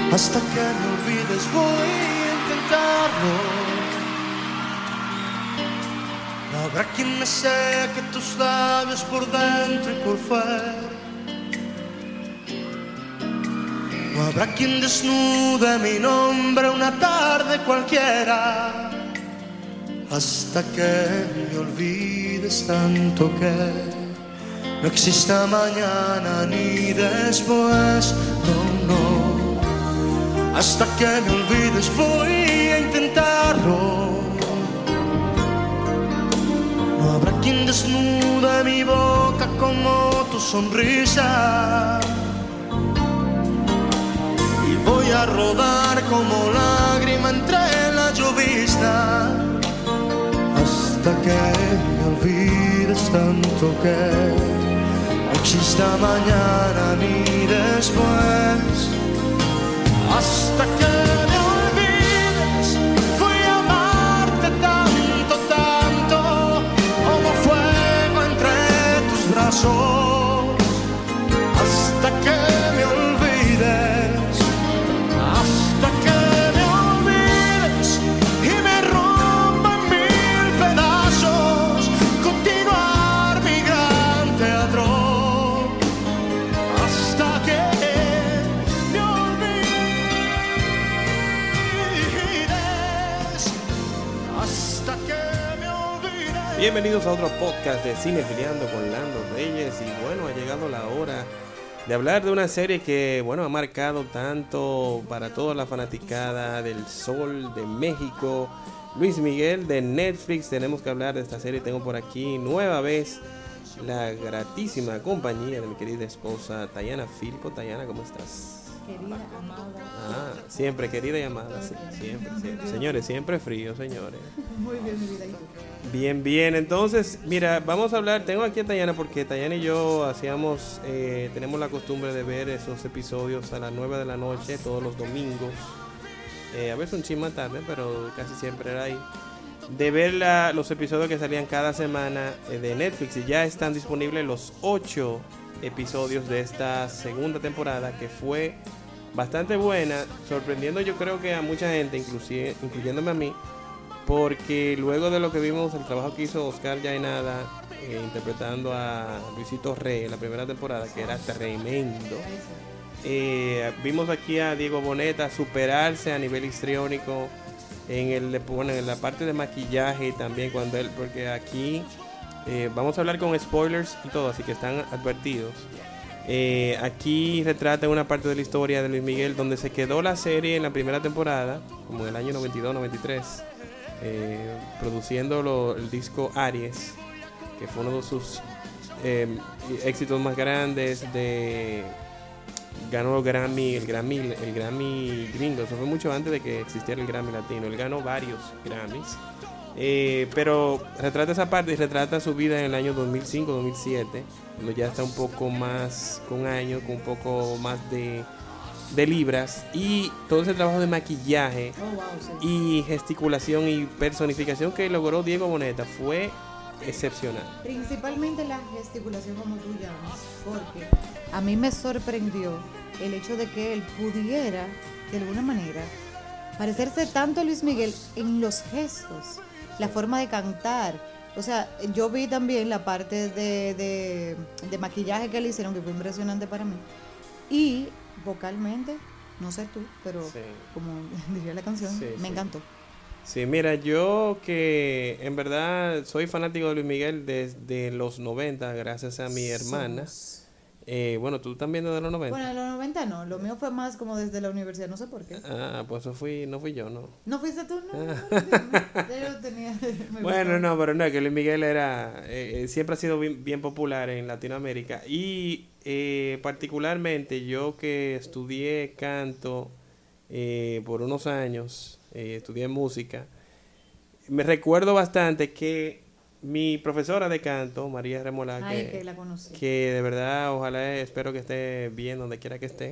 Hasta que me olvides voy a intentarlo. No habrá quien me seque tus labios por dentro y por fuera. No habrá quien desnude mi nombre una tarde cualquiera. Hasta que me olvides tanto que no exista mañana ni después. No, no. Hasta que me olvides voy a intentarlo. No habrá quien desnude mi boca como tu sonrisa. Y voy a rodar como lágrima entre la llovizna. Hasta que me olvides tanto que no exista mañana ni después. Hasta que me olvides voy a amarte tanto, tanto como fuego entre tus brazos. Hasta que me olvides, hasta que me olvides y me rompa en mil pedazos. Continuar mi gran teatro. Hasta que me olvides, hasta que me olvides. Bienvenidos a otro podcast de Cinefiliando con Lando Reyes. Y bueno, ha llegado la hora de hablar de una serie que, bueno, ha marcado tanto para toda la fanaticada del Sol de México. Luis Miguel de Netflix. Tenemos que hablar de esta serie. Tengo por aquí nueva vez la gratísima compañía de mi querida esposa Tayana Filpo. Tayana, ¿cómo estás? Querida, amada. Ah, siempre querida y amada, sí, siempre, siempre. Señores, siempre frío, señores. Muy bien, mi vida. ¿Y tú? Bien, bien. Entonces, mira, vamos a hablar. Tengo aquí a Tayana porque Tayana y yo tenemos la costumbre de ver esos episodios a las 9 de la noche todos los domingos. A veces un chin más tarde, pero casi siempre era ahí. De ver los episodios que salían cada semana de Netflix. Y ya están disponibles los 8 episodios de esta segunda temporada, que fue bastante buena, sorprendiendo yo creo que a mucha gente, incluyéndome a mí, porque luego de lo que vimos, el trabajo que hizo Oscar Yaenada interpretando a Luisito Rey en la primera temporada, que era tremendo. Vimos aquí a Diego Boneta superarse a nivel histriónico en la parte de maquillaje también, porque aquí vamos a hablar con spoilers y todo, así que están advertidos. Aquí retrata una parte de la historia de Luis Miguel donde se quedó la serie en la primera temporada, como en el año 92-93, produciendo el disco Aries, que fue uno de sus éxitos más grandes. Ganó el Grammy gringo. Eso fue mucho antes de que existiera el Grammy latino. Él ganó varios Grammys. Pero retrata esa parte y retrata su vida en el año 2005-2007, cuando ya está un poco más, con años, con un poco más de libras, y todo ese trabajo de maquillaje y gesticulación y personificación que logró Diego Boneta fue excepcional. Principalmente la gesticulación, como tú llamas, porque a mí me sorprendió el hecho de que él pudiera, de alguna manera, parecerse tanto a Luis Miguel en los gestos, la forma de cantar. O sea, yo vi también la parte de maquillaje que le hicieron, que fue impresionante para mí. Y vocalmente, no sé tú, pero sí, como diría la canción, sí, me encantó. Sí, mira, yo que en verdad soy fanático de Luis Miguel desde los 90, gracias a mi hermana. Bueno, tú también desde los 90. Bueno, de los 90 no, lo mío fue más como desde la universidad, no sé por qué. Ah, pues no fui yo, ¿no? ¿No fuiste tú? No, yo tenía... Bueno, no, pero no, que Luis Miguel era, siempre ha sido bien popular en Latinoamérica. Y particularmente yo que estudié canto por unos años, estudié música, me recuerdo bastante que mi profesora de canto, María Remolá, que la conocí, que de verdad, ojalá, espero que esté bien donde quiera que esté,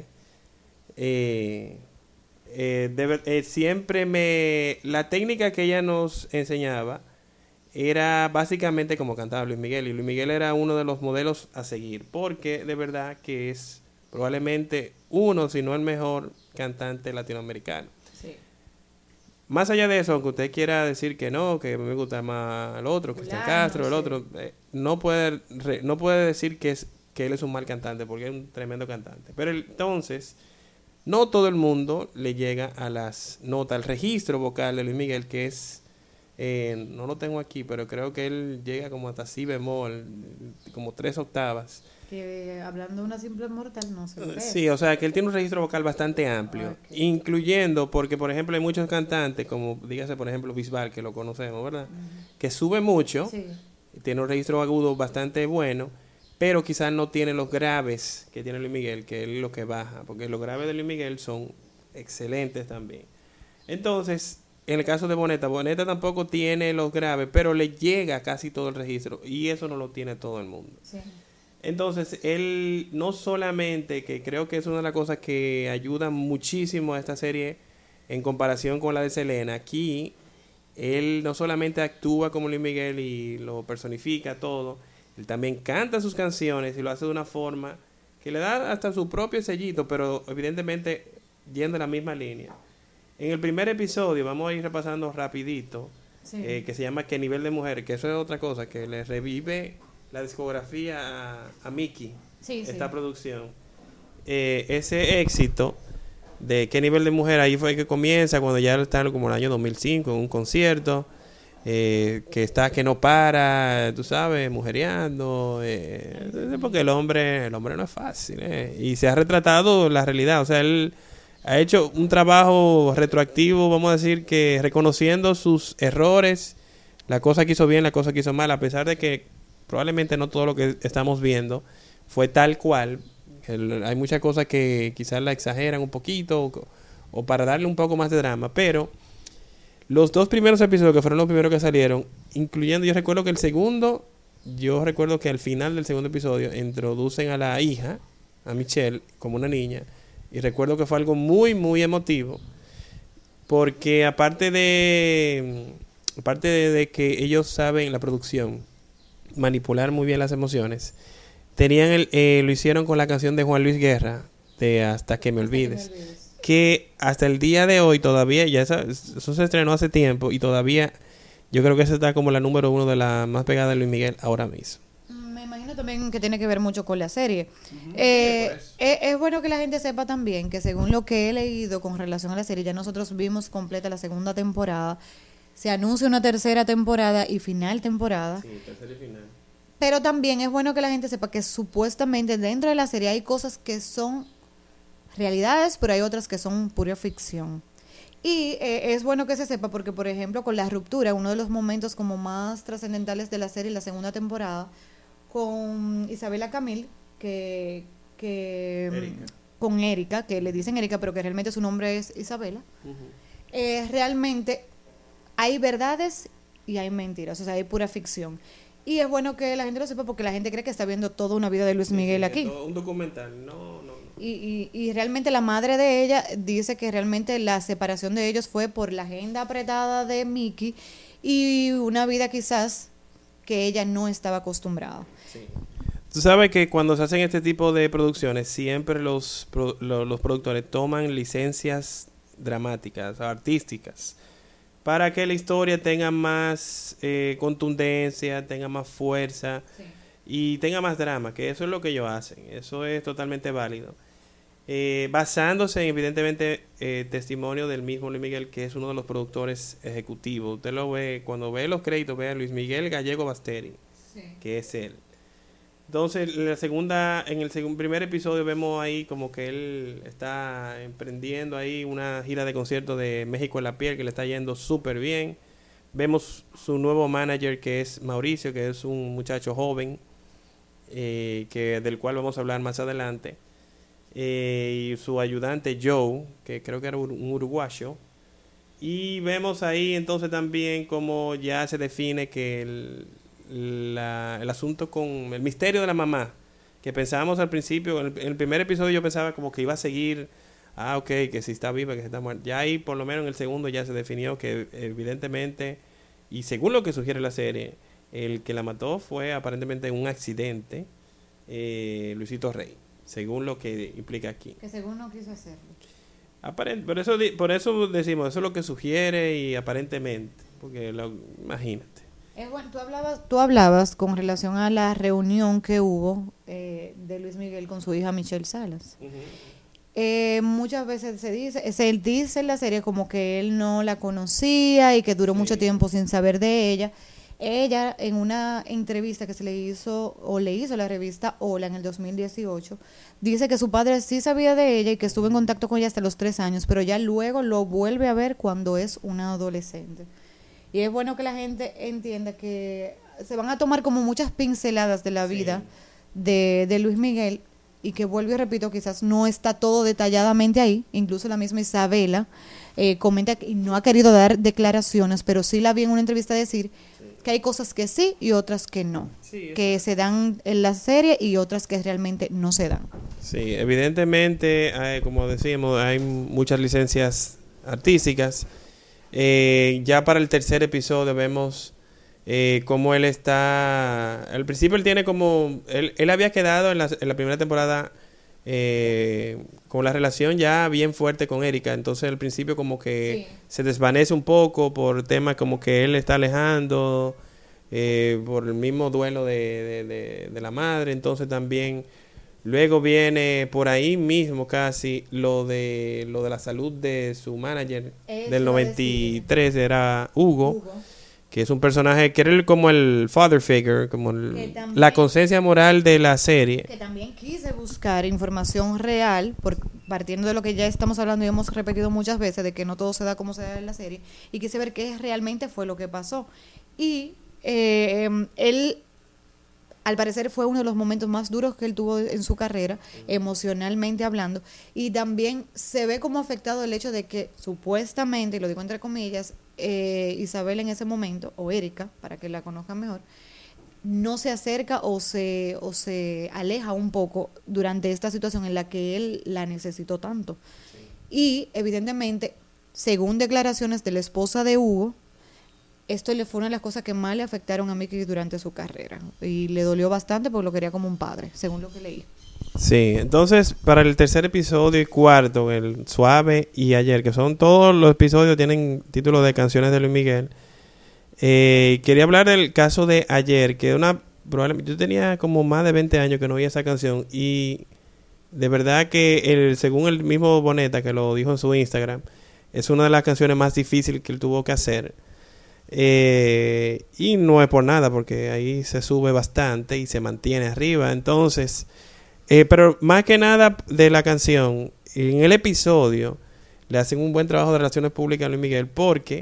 siempre la técnica que ella nos enseñaba era básicamente como cantaba Luis Miguel, y Luis Miguel era uno de los modelos a seguir, porque de verdad que es probablemente uno, si no el mejor cantante latinoamericano. Sí. Más allá de eso, aunque usted quiera decir que no, que me gusta más el otro, Cristian Castro, el otro, no puede decir que él es un mal cantante, porque es un tremendo cantante. Pero entonces, no todo el mundo le llega a las notas, al registro vocal de Luis Miguel, que es, no lo tengo aquí, pero creo que él llega como hasta si bemol, como 3 octavas. Que hablando de una simple mortal no se ve. Sí, o sea, que él tiene un registro vocal bastante amplio, incluyendo, porque por ejemplo hay muchos cantantes, como dígase por ejemplo Bisbal, que lo conocemos, ¿verdad? Que sube mucho, tiene un registro agudo bastante bueno, pero quizás no tiene los graves que tiene Luis Miguel, que es lo que baja, porque los graves de Luis Miguel son excelentes también. Entonces, en el caso de Boneta tampoco tiene los graves, pero le llega casi todo el registro, y eso no lo tiene todo el mundo. Sí. Entonces, él no solamente, que creo que es una de las cosas que ayuda muchísimo a esta serie en comparación con la de Selena, aquí él no solamente actúa como Luis Miguel y lo personifica todo, él también canta sus canciones y lo hace de una forma que le da hasta su propio sellito, pero evidentemente yendo en la misma línea. En el primer episodio, vamos a ir repasando rapidito, que se llama ¿Qué nivel de mujer? Que eso es otra cosa, que le revive la discografía a Mickey, esta producción. Ese éxito de ¿Qué nivel de mujer? Ahí fue que comienza, cuando ya está como el año 2005 en un concierto, que está que no para, tú sabes, mujereando, porque el hombre no es fácil, y se ha retratado la realidad. O sea, él ha hecho un trabajo retroactivo, vamos a decir, que reconociendo sus errores, la cosa que hizo bien, la cosa que hizo mal, a pesar de que probablemente no todo lo que estamos viendo fue tal cual. Hay muchas cosas que quizás la exageran un poquito o para darle un poco más de drama, pero los 2 primeros episodios, que fueron los primeros que salieron, incluyendo, yo recuerdo que al final del segundo episodio introducen a la hija, a Michelle, como una niña, y recuerdo que fue algo muy, muy emotivo, porque aparte de que ellos saben, la producción, manipular muy bien las emociones, lo hicieron con la canción de Juan Luis Guerra, de Hasta que me olvides, que hasta el día de hoy todavía, eso se estrenó hace tiempo, y todavía yo creo que esa está como la número 1 de la más pegada de Luis Miguel ahora mismo. Me imagino también que tiene que ver mucho con la serie. Es bueno que la gente sepa también que según lo que he leído con relación a la serie, ya nosotros vimos completa la segunda temporada, se anuncia una tercera temporada y final temporada. Sí, tercera y final. Pero también es bueno que la gente sepa que supuestamente dentro de la serie hay cosas que son realidades, pero hay otras que son pura ficción. Y es bueno que se sepa porque, por ejemplo, con la ruptura, uno de los momentos como más trascendentales de la serie, la segunda temporada, con Isabela Camil, con Erika, que le dicen Erika, pero que realmente su nombre es Isabela, realmente hay verdades y hay mentiras, o sea, hay pura ficción. Y es bueno que la gente lo sepa porque la gente cree que está viendo toda una vida de Luis Miguel aquí. Un documental, no. Y realmente la madre de ella dice que realmente la separación de ellos fue por la agenda apretada de Mickey y una vida quizás que ella no estaba acostumbrada. Sí. Tú sabes que cuando se hacen este tipo de producciones, siempre los productores toman licencias dramáticas, artísticas, para que la historia tenga más contundencia, tenga más fuerza y tenga más drama, que eso es lo que ellos hacen. Eso es totalmente válido. Basándose en, evidentemente, testimonio del mismo Luis Miguel, que es uno de los productores ejecutivos. Usted lo ve, cuando ve los créditos, ve a Luis Miguel Gallego Basteri, que es él. Entonces, en el primer episodio vemos ahí como que él está emprendiendo ahí una gira de conciertos de México en la piel, que le está yendo súper bien. Vemos su nuevo manager, que es Mauricio, que es un muchacho joven, del cual vamos a hablar más adelante. Y su ayudante Joe, que creo que era un uruguayo. Y vemos ahí entonces también como ya se define que el asunto con el misterio de la mamá, que pensábamos al principio, en el primer episodio yo pensaba como que iba a seguir, que si está viva, que si está muerta. Ya ahí por lo menos en el segundo ya se definió que evidentemente, y según lo que sugiere la serie, el que la mató fue aparentemente un accidente, Luisito Rey. según lo que implica aquí. Que según no quiso hacerlo. Por eso decimos, eso es lo que sugiere y aparentemente, porque imagínate. Bueno, tú hablabas con relación a la reunión que hubo de Luis Miguel con su hija Michelle Salas. Muchas veces se dice en la serie como que él no la conocía y que duró mucho tiempo sin saber de ella. Ella, en una entrevista que se le hizo la revista Hola en el 2018, dice que su padre sí sabía de ella y que estuvo en contacto con ella hasta los 3 años, pero ya luego lo vuelve a ver cuando es una adolescente. Y es bueno que la gente entienda que se van a tomar como muchas pinceladas de la vida de Luis Miguel, y que vuelvo y repito, quizás no está todo detalladamente ahí. Incluso la misma Isabela comenta que no ha querido dar declaraciones, pero sí la vi en una entrevista decir que hay cosas que sí y otras que no, que se dan en la serie y otras que realmente no se dan. Sí, evidentemente, como decimos, hay muchas licencias artísticas. Ya para el tercer episodio vemos cómo él está. Al principio él tiene como él había quedado en la primera temporada con la relación ya bien fuerte con Erika. Entonces al principio como que se desvanece un poco por temas como que él está alejando por el mismo duelo de la madre. Entonces también luego viene por ahí mismo casi lo de la salud de su manager del 93, era Hugo, que es un personaje que era como el father figure, como la conciencia moral de la serie. Que también quise buscar información real, partiendo de lo que ya estamos hablando y hemos repetido muchas veces, de que no todo se da como se da en la serie, y quise ver qué realmente fue lo que pasó. Y él, al parecer, fue uno de los momentos más duros que él tuvo en su carrera, emocionalmente hablando, y también se ve como afectado el hecho de que supuestamente, y lo digo entre comillas, Isabel en ese momento, o Erika, para que la conozcan mejor, no se acerca o se aleja un poco durante esta situación en la que él la necesitó tanto. Y evidentemente, según declaraciones de la esposa de Hugo, esto le fue una de las cosas que más le afectaron a Mickey durante su carrera, y le dolió bastante porque lo quería como un padre, según lo que leí. Sí, entonces para el tercer episodio y cuarto, el Suave y Ayer, que son todos los episodios tienen títulos de canciones de Luis Miguel, quería hablar del caso de Ayer, que probablemente yo tenía como más de 20 años que no oía esa canción, y de verdad que según el mismo Boneta, que lo dijo en su Instagram, es una de las canciones más difíciles que él tuvo que hacer. Y no es por nada, porque ahí se sube bastante y se mantiene arriba. Entonces, pero más que nada de la canción, en el episodio le hacen un buen trabajo de relaciones públicas a Luis Miguel, porque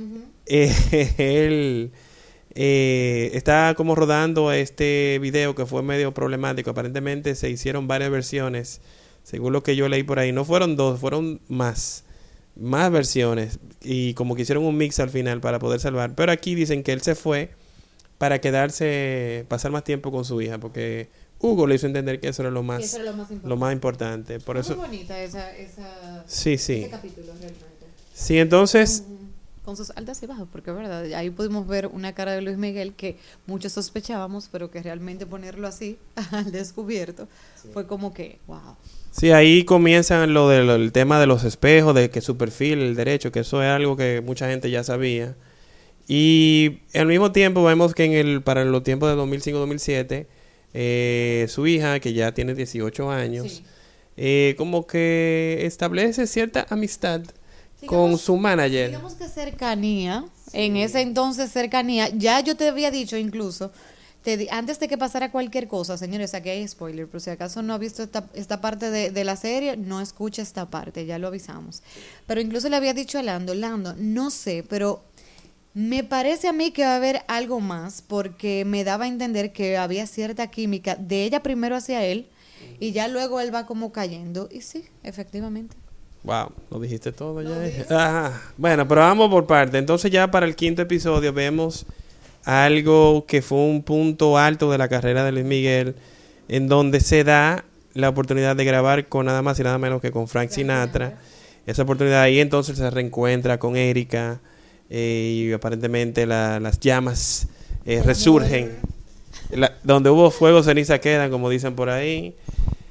él está como rodando este video que fue medio problemático. Aparentemente se hicieron varias versiones, según lo que yo leí por ahí. No fueron 2, fueron más versiones, y como que hicieron un mix al final para poder salvar. Pero aquí dicen que él se fue para pasar más tiempo con su hija, porque Hugo le hizo entender que eso era lo más importante. Por eso, muy bonita ese capítulo realmente. Sí, entonces con sus altas y bajas, porque es verdad, ahí pudimos ver una cara de Luis Miguel que muchos sospechábamos, pero que realmente ponerlo así al descubierto fue como que wow. Sí, ahí comienza el tema de los espejos, de que su perfil, el derecho, que eso es algo que mucha gente ya sabía. Y al mismo tiempo vemos que para los tiempos de 2005-2007, su hija, que ya tiene 18 años, como que establece cierta amistad con su manager. Digamos que cercanía, en ese entonces cercanía, ya yo te había dicho incluso, antes de que pasara cualquier cosa, señores, aquí hay spoiler, pero si acaso no ha visto esta parte de la serie, no escucha esta parte, ya lo avisamos. Pero incluso le había dicho a Lando, no sé, pero me parece a mí que va a haber algo más, porque me daba a entender que había cierta química de ella primero hacia él, y ya luego él va como cayendo, y sí, efectivamente. Wow, lo dijiste todo ya. Bueno, pero vamos por parte. Entonces ya para el quinto episodio vemos algo que fue un punto alto de la carrera de Luis Miguel, en donde se da la oportunidad de grabar con nada más y nada menos que con Frank Sinatra. Esa oportunidad ahí entonces se reencuentra con Erika, y aparentemente las llamas resurgen. Donde hubo fuego, ceniza quedan, como dicen por ahí.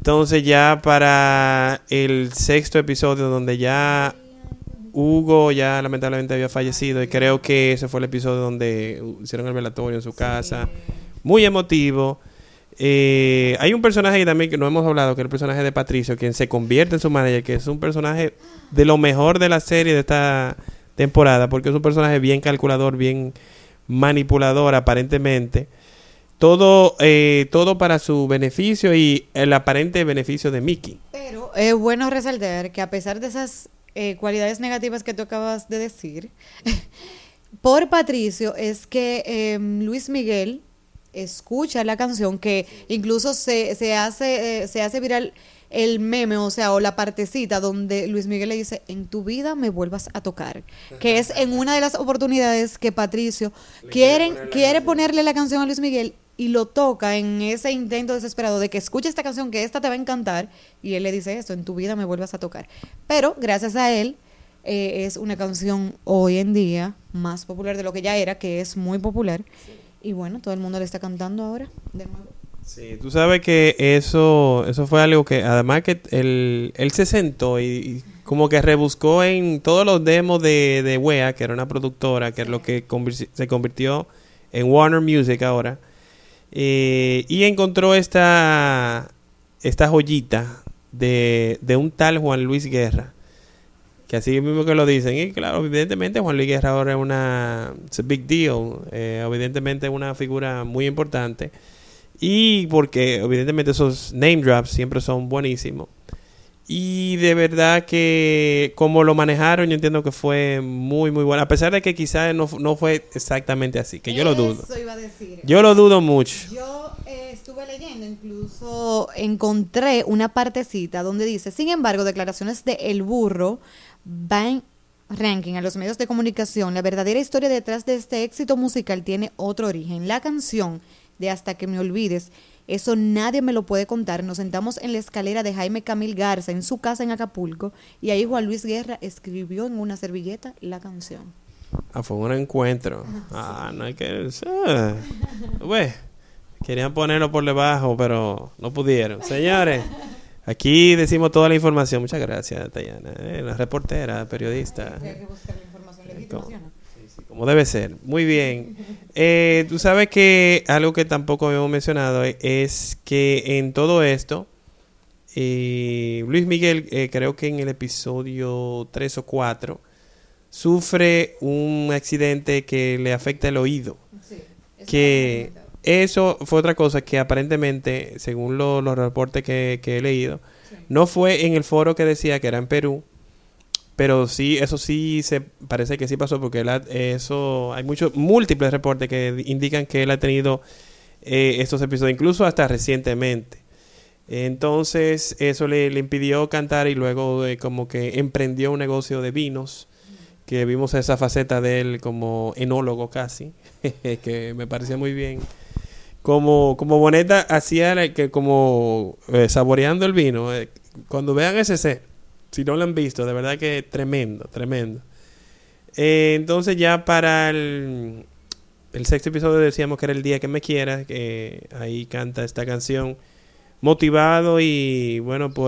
Entonces ya para el sexto episodio, donde ya Hugo ya lamentablemente había fallecido, y creo que ese fue el episodio donde hicieron el velatorio en su casa, muy emotivo. Hay un personaje también que no hemos hablado, que es el personaje de Patricio, quien se convierte en su manager, que es un personaje de lo mejor de la serie de esta temporada, porque es un personaje bien calculador, bien manipulador aparentemente. Todo para su beneficio y el aparente beneficio de Mickey. Pero es bueno resaltar que a pesar de esas cualidades negativas que tú acabas de decir, por Patricio es que Luis Miguel escucha la canción, que incluso se hace viral el meme, o sea, o la partecita donde Luis Miguel le dice, en tu vida me vuelvas a tocar, que es en una de las oportunidades que Patricio quiere ponerle la canción a Luis Miguel y lo toca en ese intento desesperado de que escuche esta canción, que esta te va a encantar, y él le dice eso, en tu vida me vuelvas a tocar. Pero gracias a él es una canción hoy en día más popular de lo que ya era, que es muy popular. Y bueno, todo el mundo le está cantando ahora de nuevo. Sí, tú sabes que eso fue algo que, además que él se sentó y como que rebuscó en todos los demos de Wea, que era una productora, que es lo que se convirtió en Warner Music ahora, y encontró esta joyita de un tal Juan Luis Guerra, que así mismo que lo dicen. Y claro, evidentemente Juan Luis Guerra ahora it's a big deal, evidentemente es una figura muy importante, y porque evidentemente esos name drops siempre son buenísimos, y de verdad que como lo manejaron, yo entiendo que fue muy muy bueno, a pesar de que quizás no fue exactamente así, que yo lo dudo. Eso iba a decir. Yo lo dudo mucho. Yo estuve leyendo, incluso encontré una partecita donde dice, sin embargo, declaraciones de El Burro van ranking a los medios de comunicación, la verdadera historia detrás de este éxito musical tiene otro origen. La canción de Hasta que me olvides, eso nadie me lo puede contar. Nos sentamos en la escalera de Jaime Camil Garza en su casa en Acapulco, y ahí Juan Luis Guerra escribió en una servilleta la canción. Fue un encuentro. No hay que... querían ponerlo por debajo, pero no pudieron. Señores, aquí decimos toda la información. Muchas gracias, Tayana. La reportera, periodista. Hay que buscar la información legítima, ¿sí o no? Como debe ser. Muy bien. Tú sabes que algo que tampoco habíamos mencionado es que en todo esto, Luis Miguel, creo que en el episodio 3 o 4, sufre un accidente que le afecta el oído. Sí, que eso fue otra cosa que aparentemente, según los reportes que he leído, no fue en el foro que decía que era en Perú, pero sí, eso sí parece que sí pasó, porque hay múltiples reportes que indican que él ha tenido estos episodios, incluso hasta recientemente. Entonces eso le impidió cantar, y luego como que emprendió un negocio de vinos, que vimos esa faceta de él como enólogo casi, que me parecía muy bien. Como Boneta hacía como saboreando el vino. Cuando vean ese set, si no lo han visto, de verdad que tremendo. Entonces ya para el sexto episodio decíamos que era El Día que Me Quieras, que ahí canta esta canción motivado y bueno por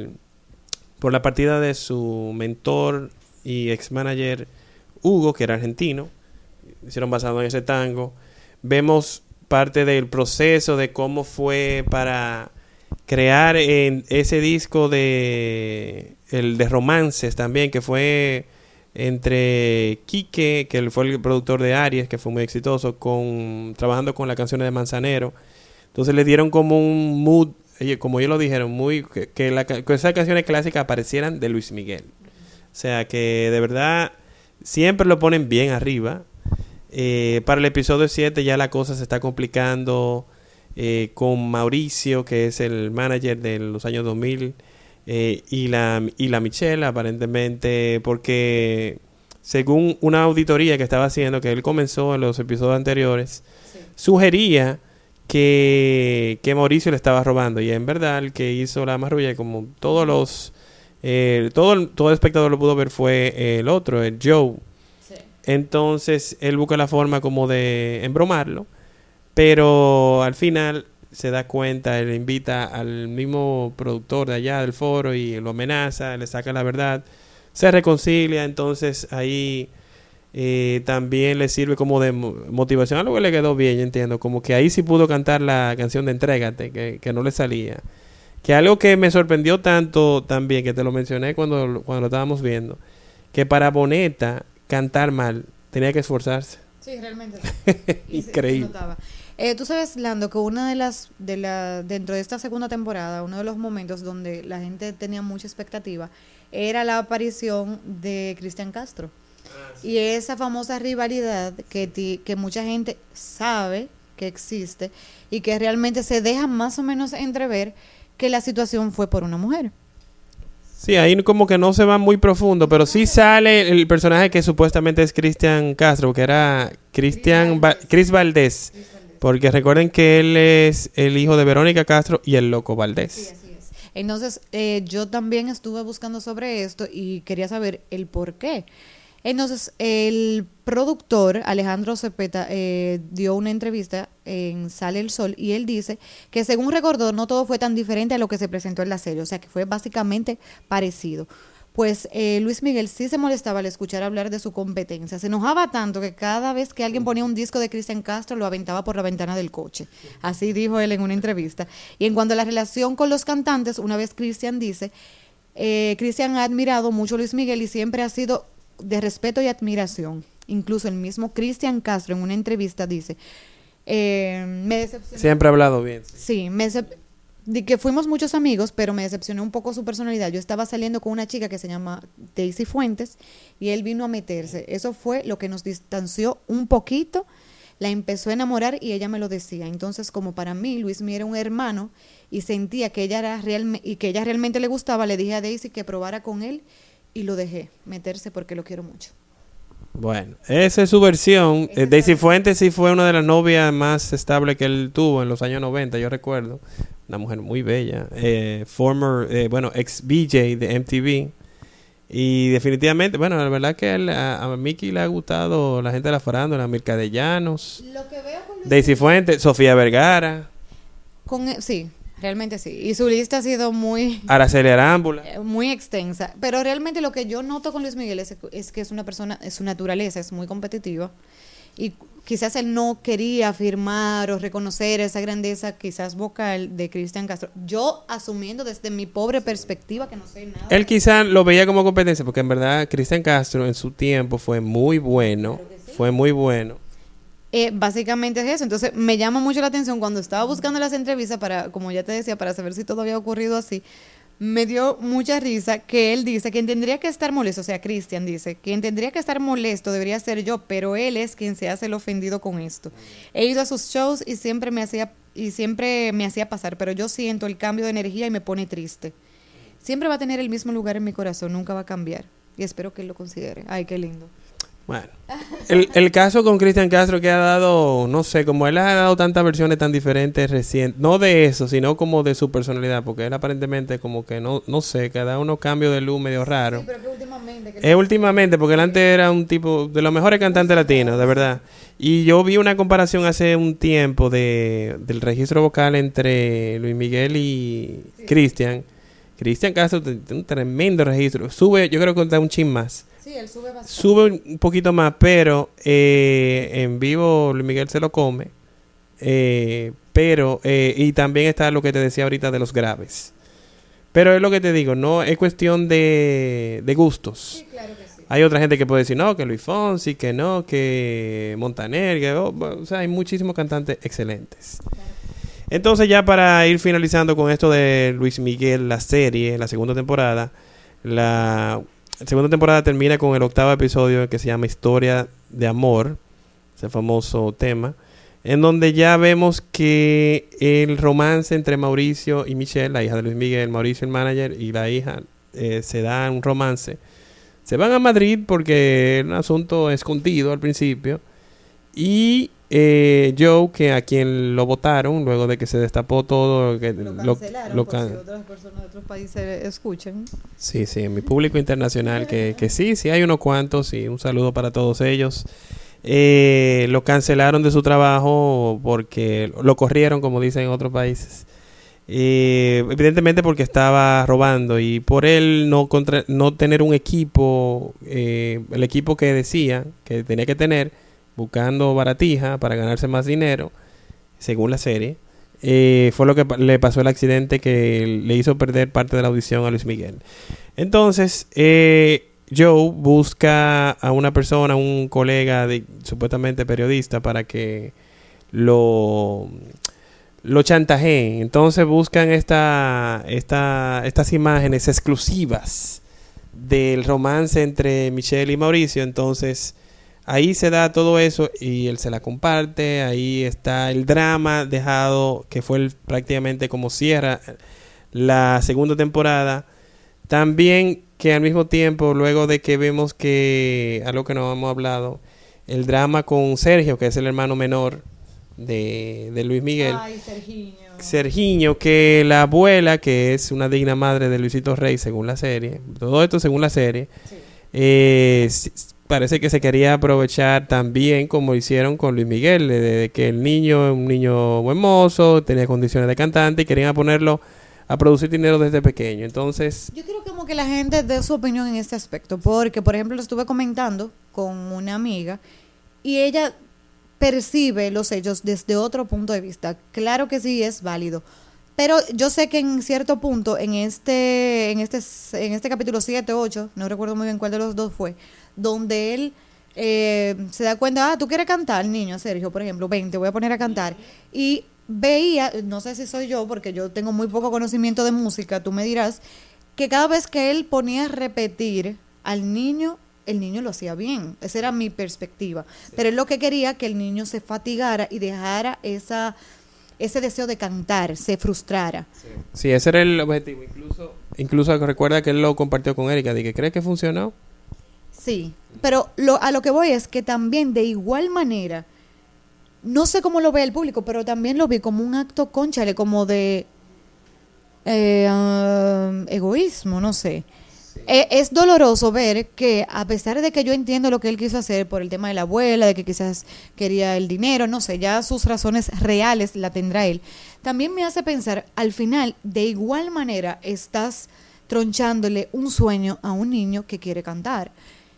la partida de su mentor y ex manager Hugo, que era argentino. Hicieron basado en ese tango. Vemos parte del proceso de cómo fue para crear en ese disco de romances también, que fue entre Quique, que él fue el productor de Aries, que fue muy exitoso, trabajando con las canciones de Manzanero. Entonces le dieron como un mood, como ellos lo dijeron, que esas canciones clásicas aparecieran de Luis Miguel. O sea que de verdad siempre lo ponen bien arriba. Para el episodio 7 ya la cosa se está complicando con Mauricio, que es el manager de los años 2000, y la Michelle, aparentemente, porque según una auditoría que estaba haciendo, que él comenzó en los episodios anteriores, sugería que Mauricio le estaba robando, y en verdad el que hizo la marrulla, como todo el espectador lo pudo ver, fue el otro, el Joe. Entonces él busca la forma como de embromarlo, pero al final se da cuenta, él invita al mismo productor de allá del foro y lo amenaza, le saca la verdad, se reconcilia, entonces ahí también le sirve como de motivación, algo que le quedó bien, yo entiendo, como que ahí sí pudo cantar la canción de Entrégate, que no le salía. Que algo que me sorprendió tanto también, que te lo mencioné cuando lo estábamos viendo, que para Boneta cantar mal tenía que esforzarse. Sí, realmente. Increíble. Se notaba. Tú sabes, Lando, que una dentro de esta segunda temporada, uno de los momentos donde la gente tenía mucha expectativa era la aparición de Cristian Castro. Y esa famosa rivalidad que mucha gente sabe que existe y que realmente se deja más o menos entrever que la situación fue por una mujer. Sí, ahí como que no se va muy profundo, pero sí sale el personaje que supuestamente es Cristian Castro, que era Cris Valdés, porque recuerden que él es el hijo de Verónica Castro y el Loco Valdés. Sí, así es. Entonces, yo también estuve buscando sobre esto y quería saber el por qué. Entonces, el productor Alejandro Cepeta dio una entrevista en Sale el Sol y él dice que según recordó no todo fue tan diferente a lo que se presentó en la serie, o sea que fue básicamente parecido. Pues Luis Miguel sí se molestaba al escuchar hablar de su competencia, se enojaba tanto que cada vez que alguien ponía un disco de Cristian Castro lo aventaba por la ventana del coche, así dijo él en una entrevista. Y en cuanto a la relación con los cantantes, una vez Cristian dice, Cristian ha admirado mucho a Luis Miguel y siempre ha sido de respeto y admiración. Incluso el mismo Cristian Castro en una entrevista dice, me decepcionó. Siempre ha hablado bien. Sí, de que fuimos muchos amigos, pero me decepcionó un poco su personalidad. Yo estaba saliendo con una chica que se llama Daisy Fuentes y él vino a meterse. Eso fue lo que nos distanció un poquito. La empezó a enamorar y ella me lo decía. Entonces, como para mí Luis Miguel era un hermano y sentía que ella realmente le gustaba, le dije a Daisy que probara con él y lo dejé meterse porque lo quiero mucho. Bueno, esa es su versión. Daisy Fuentes sí fue una de las novias más estables que él tuvo en los años 90, yo recuerdo. Una mujer muy bella. Ex VJ de MTV. Y definitivamente, bueno, la verdad que a Mickey le ha gustado la gente de la farándula, Mirka de Llanos, Lo que veo con Daisy Fuentes, Sofía Vergara. Sí. Realmente sí. Y su lista ha sido Araceli Arámbula. Muy extensa. Pero realmente lo que yo noto con Luis Miguel es que es una persona, su naturaleza es muy competitiva. Y quizás él no quería afirmar o reconocer esa grandeza quizás vocal de Cristian Castro. Yo asumiendo desde mi pobre perspectiva que no sé nada. Él quizás lo veía como competencia porque en verdad Cristian Castro en su tiempo fue muy bueno. Claro que sí. Fue muy bueno. Básicamente es eso. Entonces me llama mucho la atención cuando estaba buscando las entrevistas para, como ya te decía, para saber si todo había ocurrido así. Me dio mucha risa que él dice que tendría que estar molesto, o sea, Cristian dice, quien tendría que estar molesto debería ser yo, pero él es quien se hace el ofendido con esto. He ido a sus shows y siempre me hacía pasar, pero yo siento el cambio de energía y me pone triste. Siempre va a tener el mismo lugar en mi corazón, nunca va a cambiar. Y espero que él lo considere. Ay, qué lindo. Bueno, el caso con Cristian Castro que ha dado, no sé, como él ha dado tantas versiones tan diferentes recientes, no de eso, sino como de su personalidad, porque él aparentemente como que no sé, que da unos cambios de luz medio raros. Sí, pero que últimamente. Últimamente, porque él antes era un tipo de los mejores cantantes latinos, de verdad. Y yo vi una comparación hace un tiempo del registro vocal entre Luis Miguel y Cristian. Cristian Castro tiene un tremendo registro. Sube, yo creo que da un chin más. Sí, él sube bastante. Sube un poquito más, pero en vivo Luis Miguel se lo come. Y también está lo que te decía ahorita de los graves. Pero es lo que te digo, no es cuestión de gustos. Sí, claro que sí. Hay otra gente que puede decir, no, que Luis Fonsi, que no, que Montaner, o sea, hay muchísimos cantantes excelentes. Claro. Entonces ya para ir finalizando con esto de Luis Miguel, la serie, la segunda temporada, la segunda temporada termina con el 8º episodio que se llama Historia de Amor, ese famoso tema, en donde ya vemos que el romance entre Mauricio y Michelle, la hija de Luis Miguel, Mauricio el manager y la hija, se da un romance. Se van a Madrid porque era un asunto escondido al principio. Y Joe, que a quien lo votaron luego de que se destapó todo, que lo cancelaron por si otras personas de otros países escuchan. Sí, mi público internacional, que sí hay unos cuantos, y un saludo para todos ellos. lo cancelaron de su trabajo porque lo corrieron, como dicen en otros países. Evidentemente porque estaba robando y por él no tener un equipo, el equipo que decía que tenía que tener, buscando baratija para ganarse más dinero, según la serie, fue lo que le pasó el accidente que le hizo perder parte de la audición a Luis Miguel. Entonces, Joe busca a una persona, un colega supuestamente periodista, para que lo chantajeen. Entonces buscan estas imágenes exclusivas del romance entre Michelle y Mauricio. Entonces ahí se da todo eso y él se la comparte. Ahí está el drama dejado, que fue prácticamente como cierra la segunda temporada. También que al mismo tiempo, luego de que vemos que, algo que no hemos hablado, el drama con Sergio, que es el hermano menor de Luis Miguel. Ay, Sergiño, que la abuela, que es una digna madre de Luisito Rey, según la serie, todo esto según la serie, sí. Parece que se quería aprovechar también, como hicieron con Luis Miguel, de que el niño es un niño buen mozo, tenía condiciones de cantante y querían ponerlo a producir dinero desde pequeño. Entonces, yo quiero como que la gente dé su opinión en este aspecto, porque por ejemplo lo estuve comentando con una amiga y ella percibe los hechos desde otro punto de vista. Claro que sí es válido, pero yo sé que en cierto punto en este capítulo 7 o 8, no recuerdo muy bien cuál de los dos fue, donde él se da cuenta, tú quieres cantar, niño, Sergio, por ejemplo, ven, te voy a poner a cantar, y veía, no sé si soy yo, porque yo tengo muy poco conocimiento de música, tú me dirás, que cada vez que él ponía a repetir al niño, el niño lo hacía bien. Esa era mi perspectiva. Sí. Pero él lo que quería que el niño se fatigara y dejara ese deseo de cantar, se frustrara. Sí, ese era el objetivo. Incluso recuerda que él lo compartió con Erika, de que cree que funcionó. Sí, pero a lo que voy es que también de igual manera, no sé cómo lo ve el público, pero también lo vi como un acto, cónchale, como de egoísmo, no sé. Sí. Es doloroso ver que a pesar de que yo entiendo lo que él quiso hacer por el tema de la abuela, de que quizás quería el dinero, no sé, ya sus razones reales la tendrá él, también me hace pensar, al final, de igual manera estás tronchándole un sueño a un niño que quiere cantar.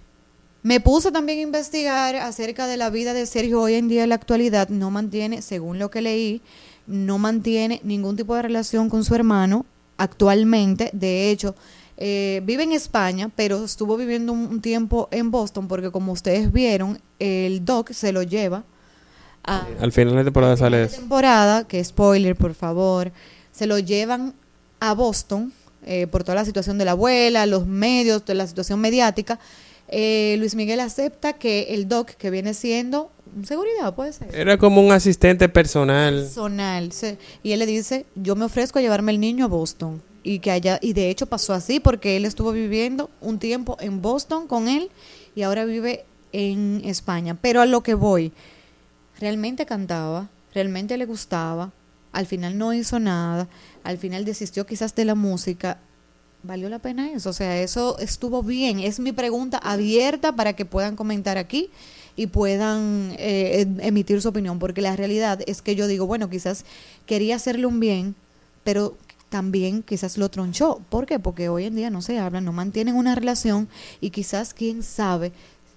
Me puse también a investigar acerca de la vida de Sergio hoy en día en la actualidad. No mantiene, según lo que leí, no mantiene ningún tipo de relación con su hermano actualmente. De hecho, vive en España, pero estuvo viviendo un tiempo en Boston porque, como ustedes vieron, el doc se lo lleva al final de temporada sale eso. Que spoiler, por favor, se lo llevan a Boston por toda la situación de la abuela, los medios, toda la situación mediática. Luis Miguel acepta que el doc, que viene siendo seguridad, puede ser, era como un asistente personal, sí. Y él le dice, yo me ofrezco a llevarme el niño a Boston, y de hecho pasó así, porque él estuvo viviendo un tiempo en Boston con él y ahora vive en España. Pero a lo que voy, realmente cantaba, realmente le gustaba, al final no hizo nada, al final desistió quizás de la música. ¿Valió la pena eso? O sea, eso estuvo bien. Es mi pregunta abierta para que puedan comentar aquí y puedan emitir su opinión, porque la realidad es que yo digo, bueno, quizás quería hacerle un bien, pero también quizás lo tronchó. ¿Por qué? Porque hoy en día no se hablan, no mantienen una relación y quizás, quién sabe,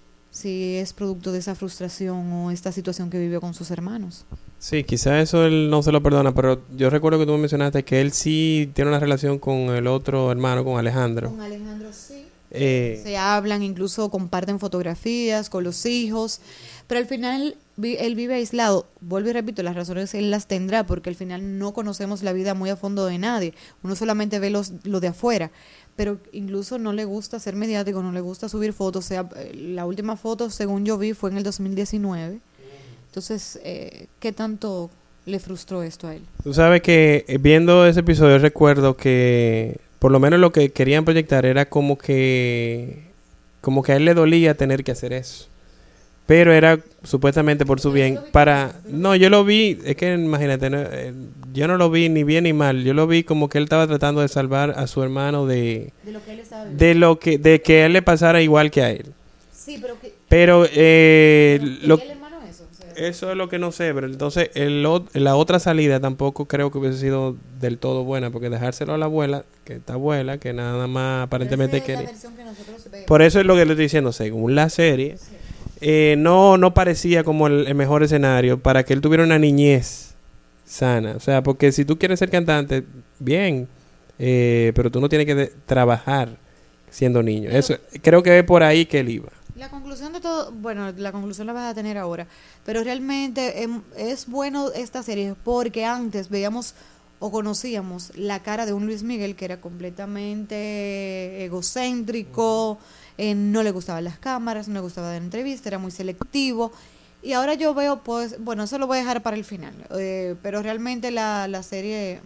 si es producto de esa frustración o esta situación que vivió con sus hermanos. Sí, quizás eso él no se lo perdona, pero yo recuerdo que tú me mencionaste que él sí tiene una relación con el otro hermano, con Alejandro. Con Alejandro sí. Se hablan, incluso comparten fotografías con los hijos, pero al final él vive aislado. Vuelvo y repito, las razones él las tendrá, porque al final no conocemos la vida muy a fondo de nadie. Uno solamente ve lo de afuera, pero incluso no le gusta ser mediático, no le gusta subir fotos. O sea, la última foto, según yo vi, fue en el 2019. Entonces, ¿qué tanto le frustró esto a él? Tú sabes que viendo ese episodio recuerdo que por lo menos lo que querían proyectar era como que a él le dolía tener que hacer eso. Pero era supuestamente por su bien. No, yo lo vi, es que imagínate, yo no lo vi ni bien ni mal. Yo lo vi como que él estaba tratando de salvar a su hermano de lo que él estaba viviendo. De que a él le pasara igual que a él. Sí, pero que Pero ¿El hermano eso? O sea, eso es lo que no sé, pero entonces la otra salida tampoco creo que hubiese sido del todo buena, porque dejárselo a la abuela, que esta abuela, que nada más aparentemente esa es la quería. versión que nosotros vemos. Por eso es lo que le estoy diciendo, según la serie, no parecía como el mejor escenario para que él tuviera una niñez sana. O sea, porque si tú quieres ser cantante, bien, pero tú no tienes que trabajar siendo niño. Eso creo que es por ahí que él iba. La conclusión de todo, bueno, la conclusión la vas a tener ahora, pero realmente es bueno esta serie porque antes veíamos o conocíamos la cara de un Luis Miguel que era completamente egocéntrico, no le gustaban las cámaras, no le gustaba dar entrevistas, era muy selectivo. Y ahora yo veo, pues, bueno, eso lo voy a dejar para el final, pero realmente la serie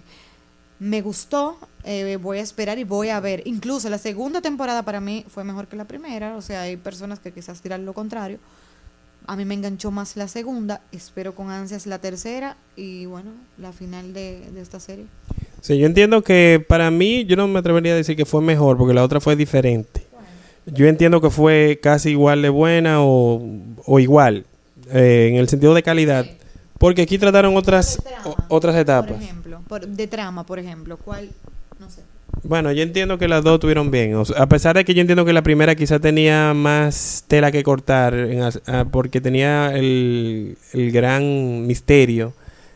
me gustó, voy a esperar y voy a ver. Incluso la segunda temporada para mí fue mejor que la primera, o sea, hay personas que quizás dirán lo contrario. A mí me enganchó más la segunda, espero con ansias la tercera y bueno, la final de esta serie. Sí, yo entiendo que para mí, yo no me atrevería a decir que fue mejor, porque la otra fue diferente. Yo entiendo que fue casi igual de buena o igual, en el sentido de calidad, porque aquí trataron otras etapas. Por ejemplo, de trama, por ejemplo, ¿cuál? No sé. Bueno, yo entiendo que las dos estuvieron bien. O sea, a pesar de que yo entiendo que la primera quizá tenía más tela que cortar, porque tenía el gran misterio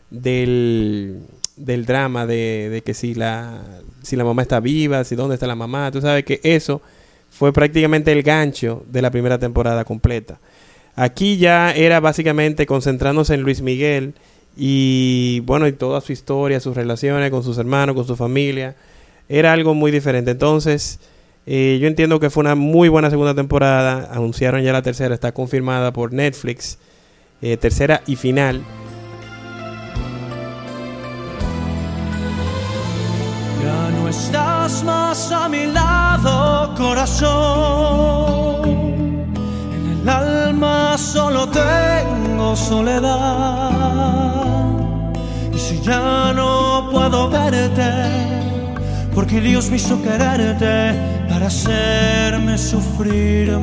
del drama de que si la mamá está viva, si dónde está la mamá. Tú sabes que eso fue prácticamente el gancho de la primera temporada completa. Aquí ya era básicamente concentrándose en Luis Miguel y bueno, y toda su historia, sus relaciones con sus hermanos, con su familia. Era algo muy diferente. Entonces, yo entiendo que fue una muy buena segunda temporada. Anunciaron ya la tercera, está confirmada por Netflix. Tercera y final. Ya no estás más a mi lado, corazón. En el alma solo tengo soledad. Y si ya no puedo verte, porque Dios me hizo quererte para hacerme sufrir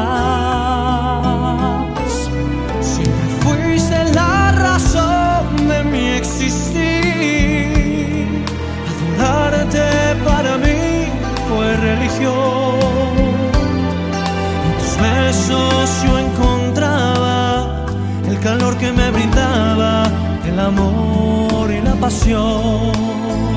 más. Siempre fuiste la razón de mi existir. Adorarte para mí fue religión. En tus besos yo encontraba el calor que me brindaba el amor y la pasión.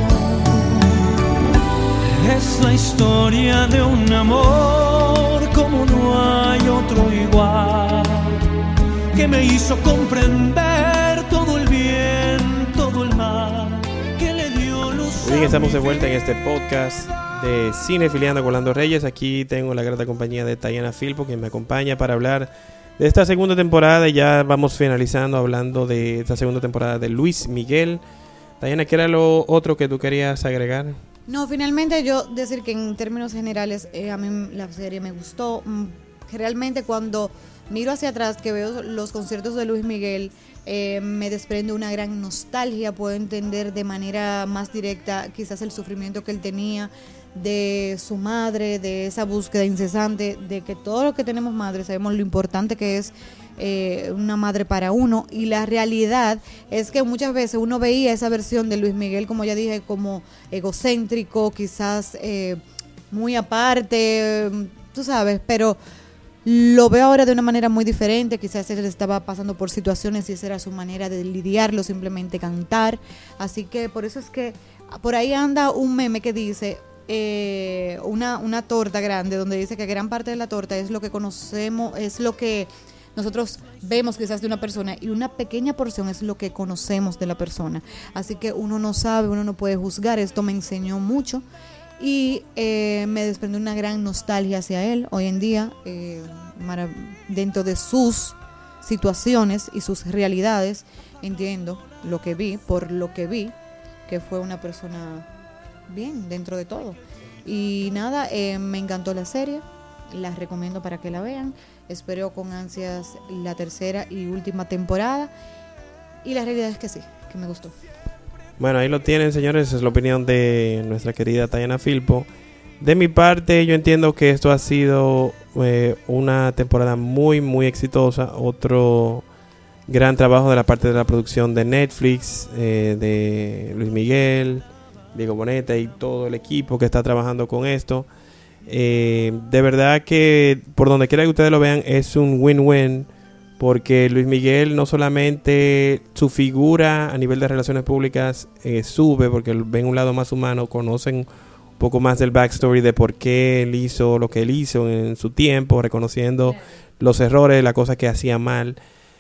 Es la historia de un amor como no hay otro igual, que me hizo comprender todo el bien, todo el mal, que le dio luz. Bien, estamos de vuelta en este podcast de Cinefiliando con Lando Reyes. Aquí tengo la grata compañía de Tayana Filpo, quien me acompaña para hablar de esta segunda temporada. Y ya vamos finalizando hablando de esta segunda temporada de Luis Miguel. Tayana, ¿qué era lo otro que tú querías agregar? No, finalmente yo decir que en términos generales a mí la serie me gustó. Realmente cuando miro hacia atrás que veo los conciertos de Luis Miguel, me desprende una gran nostalgia. Puedo entender de manera más directa quizás el sufrimiento que él tenía de su madre, de esa búsqueda incesante, de que todos los que tenemos madres sabemos lo importante que es una madre para uno, y la realidad es que muchas veces uno veía esa versión de Luis Miguel, como ya dije, como egocéntrico, quizás muy aparte, tú sabes, pero lo veo ahora de una manera muy diferente. Quizás él estaba pasando por situaciones y esa era su manera de lidiarlo, simplemente cantar. Así que por eso es que por ahí anda un meme que dice una torta grande, donde dice que gran parte de la torta es lo que conocemos, es lo que nosotros vemos quizás de una persona, y una pequeña porción es lo que conocemos de la persona. Así que uno no sabe, uno no puede juzgar. Esto me enseñó mucho y me desprendió una gran nostalgia hacia él hoy en día, dentro de sus situaciones y sus realidades. Entiendo lo que vi, por lo que vi, que fue una persona bien dentro de todo. Y nada, me encantó la serie, la recomiendo para que la vean. Espero con ansias la tercera y última temporada, y la realidad es que sí, que me gustó. Bueno, ahí lo tienen, señores. Esa es la opinión de nuestra querida Tayana Filpo. De mi parte, yo entiendo que esto ha sido una temporada muy, muy exitosa. Otro gran trabajo de la parte de la producción de Netflix, de Luis Miguel, Diego Boneta y todo el equipo que está trabajando con esto. De verdad que por donde quiera que ustedes lo vean es un win-win, porque Luis Miguel no solamente su figura a nivel de relaciones públicas sube, porque ven un lado más humano, conocen un poco más del backstory de por qué él hizo lo que él hizo en su tiempo, reconociendo los errores, las cosas que hacía mal,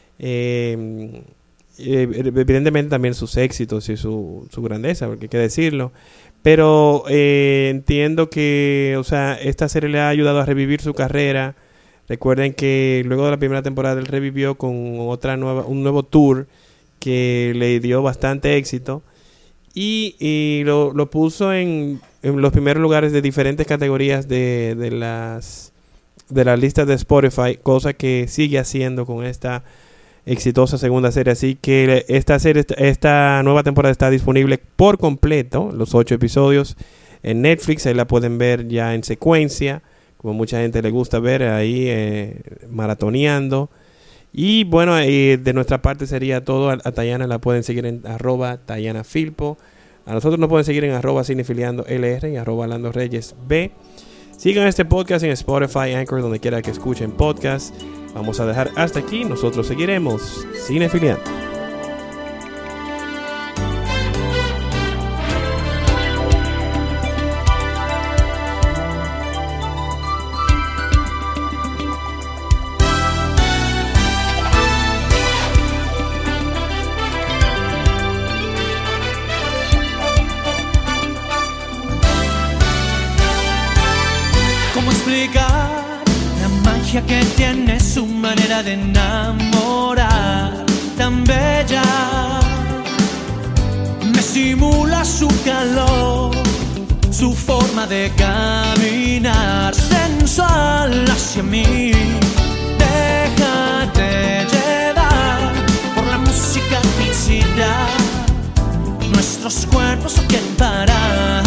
evidentemente también sus éxitos y su grandeza, porque hay que decirlo. Pero entiendo que, o sea, esta serie le ha ayudado a revivir su carrera. Recuerden que luego de la primera temporada él revivió con un nuevo tour que le dio bastante éxito y lo puso en los primeros lugares de diferentes categorías de las listas de Spotify, cosa que sigue haciendo con esta exitosa segunda serie. Así que esta nueva temporada está disponible por completo, los 8 episodios en Netflix. Ahí la pueden ver ya en secuencia, como mucha gente le gusta ver ahí, maratoneando. Y bueno, de nuestra parte sería todo. A Tayana la pueden seguir en @TayanaFilpo. A nosotros nos pueden seguir en @cinefiliandolr y @LandoReyesB. Sigan este podcast en Spotify, Anchor, donde quiera que escuchen podcast. Vamos a dejar hasta aquí. Nosotros seguiremos cinefiliando. ¿Cómo explicar la magia que tiene su manera de enamorar tan bella? Me simula su calor, su forma de caminar sensual hacia mí. Déjate llevar por la música intensidad. Nuestros cuerpos no quieren parar.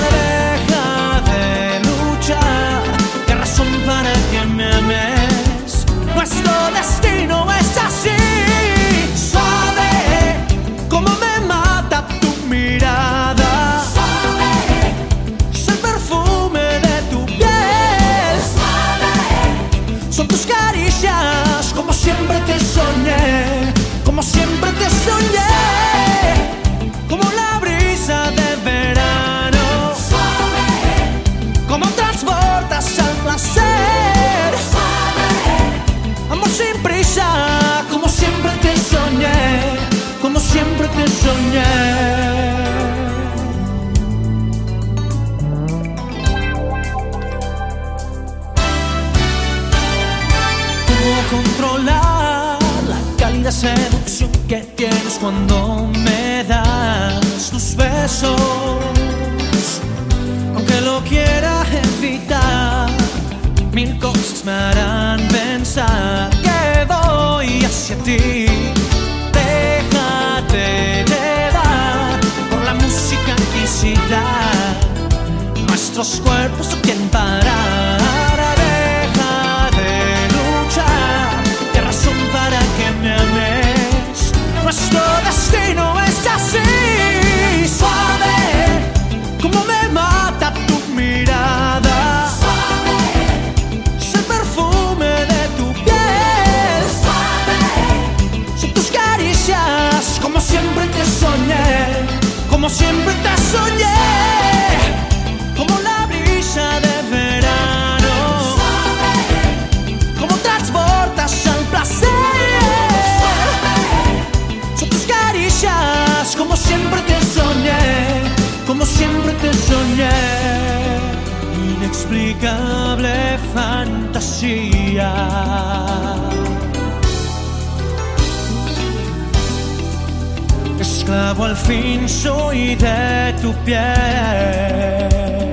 Para que me ames, nuestro destino es así. Suave, como me mata tu mirada. Suave, es el perfume de tu piel. Suave, son tus caricias, como siempre te soñé. Como siempre te soñé. Como la brisa de verano. Suave, como transportas al placer. Amor sin prisa, como siempre te soñé, como siempre te soñé. ¿Cómo controlar la cálida seducción que tienes cuando me das tus besos? Aunque lo quiera evitar, mil cosas me harán pensar que voy hacia ti. Déjate llevar por la música intensidad. Nuestros cuerpos no quieren parar. Deja de luchar, qué razón para que me ames. Nuestro destino es así. Suave, como me mata tu mirada. Como siempre te soñé, como siempre te soñé. Como la brisa de verano. Como transportas al placer. Son tus caricias, como siempre te soñé. Como siempre te soñé. Inexplicable fantasía. Esclavo al fin soy de tu piel.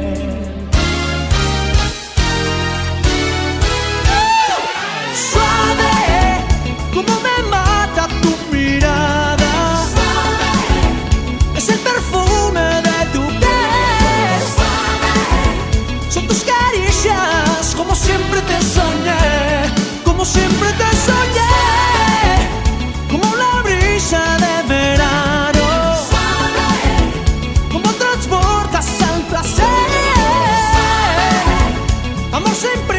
Suave, como me mata tu mirada. Suave, es el perfume de tu piel. Suave, son tus caricias, como siempre te soy. siempre